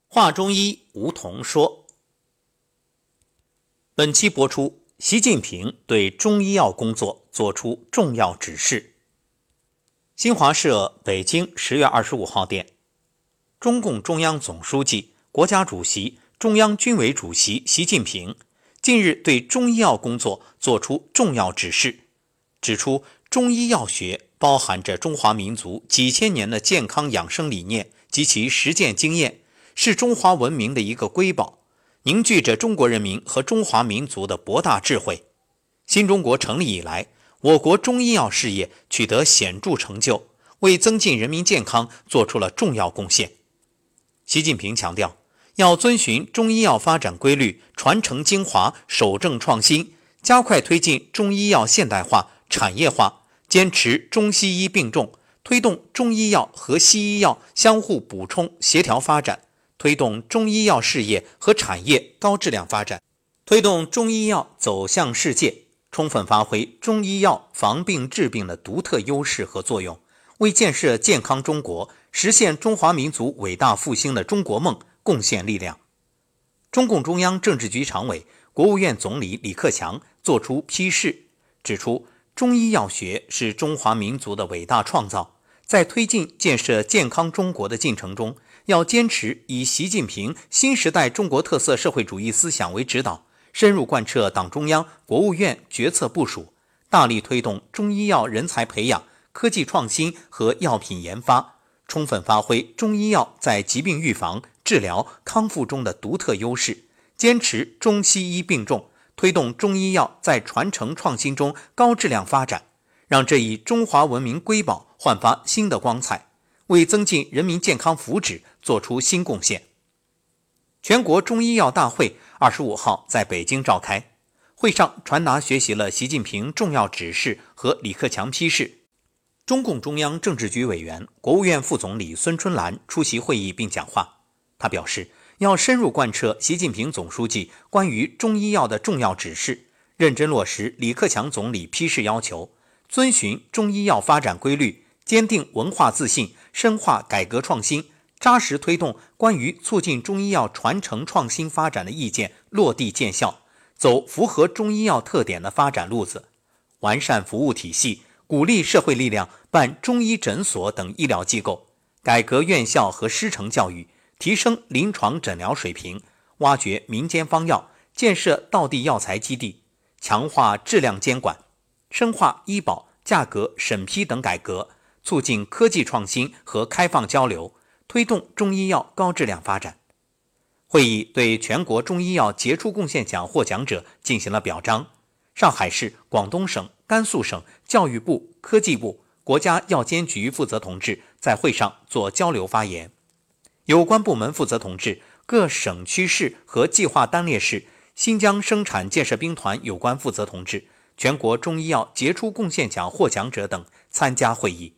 华中医吴桐说。本期播出，习近平对中医药工作作出重要指示。新华社北京10月25号电，中共中央总书记、国家主席、中央军委主席习近平近日对中医药工作作出重要指示，指出中医药学包含着中华民族几千年的健康养生理念及其实践经验，是中华文明的一个瑰宝，凝聚着中国人民和中华民族的博大智慧。新中国成立以来，我国中医药事业取得显著成就，为增进人民健康做出了重要贡献。习近平强调，要遵循中医药发展规律，传承精华，守正创新，加快推进中医药现代化、产业化，坚持中西医并重，推动中医药和西医药相互补充协调发展，推动中医药事业和产业高质量发展，推动中医药走向世界，充分发挥中医药防病治病的独特优势和作用，为建设健康中国、实现中华民族伟大复兴的中国梦贡献力量。中共中央政治局常委、国务院总理李克强作出批示，指出中医药学是中华民族的伟大创造，在推进建设健康中国的进程中，要坚持以习近平新时代中国特色社会主义思想为指导，深入贯彻党中央、国务院决策部署，大力推动中医药人才培养、科技创新和药品研发，充分发挥中医药在疾病预防、治疗、康复中的独特优势，坚持中西医并重，推动中医药在传承创新中高质量发展，让这一中华文明瑰宝焕发新的光彩，为增进人民健康福祉做出新贡献。全国中医药大会25号在北京召开，会上传达学习了习近平重要指示和李克强批示。中共中央政治局委员、国务院副总理孙春兰出席会议并讲话。他表示，要深入贯彻习近平总书记关于中医药的重要指示，认真落实李克强总理批示要求，遵循中医药发展规律，坚定文化自信，深化改革创新，扎实推动关于促进中医药传承创新发展的意见落地见效，走符合中医药特点的发展路子，完善服务体系，鼓励社会力量办中医诊所等医疗机构，改革院校和师承教育，提升临床诊疗水平，挖掘民间方药，建设道地药材基地，强化质量监管，深化医保、价格、审批等改革，促进科技创新和开放交流，推动中医药高质量发展。会议对全国中医药杰出贡献奖获奖者进行了表彰。上海市、广东省、甘肃省教育部、科技部、国家药监局负责同志在会上做交流发言。有关部门负责同志、各省区市和计划单列市、新疆生产建设兵团有关负责同志、全国中医药杰出贡献奖获奖者等参加会议。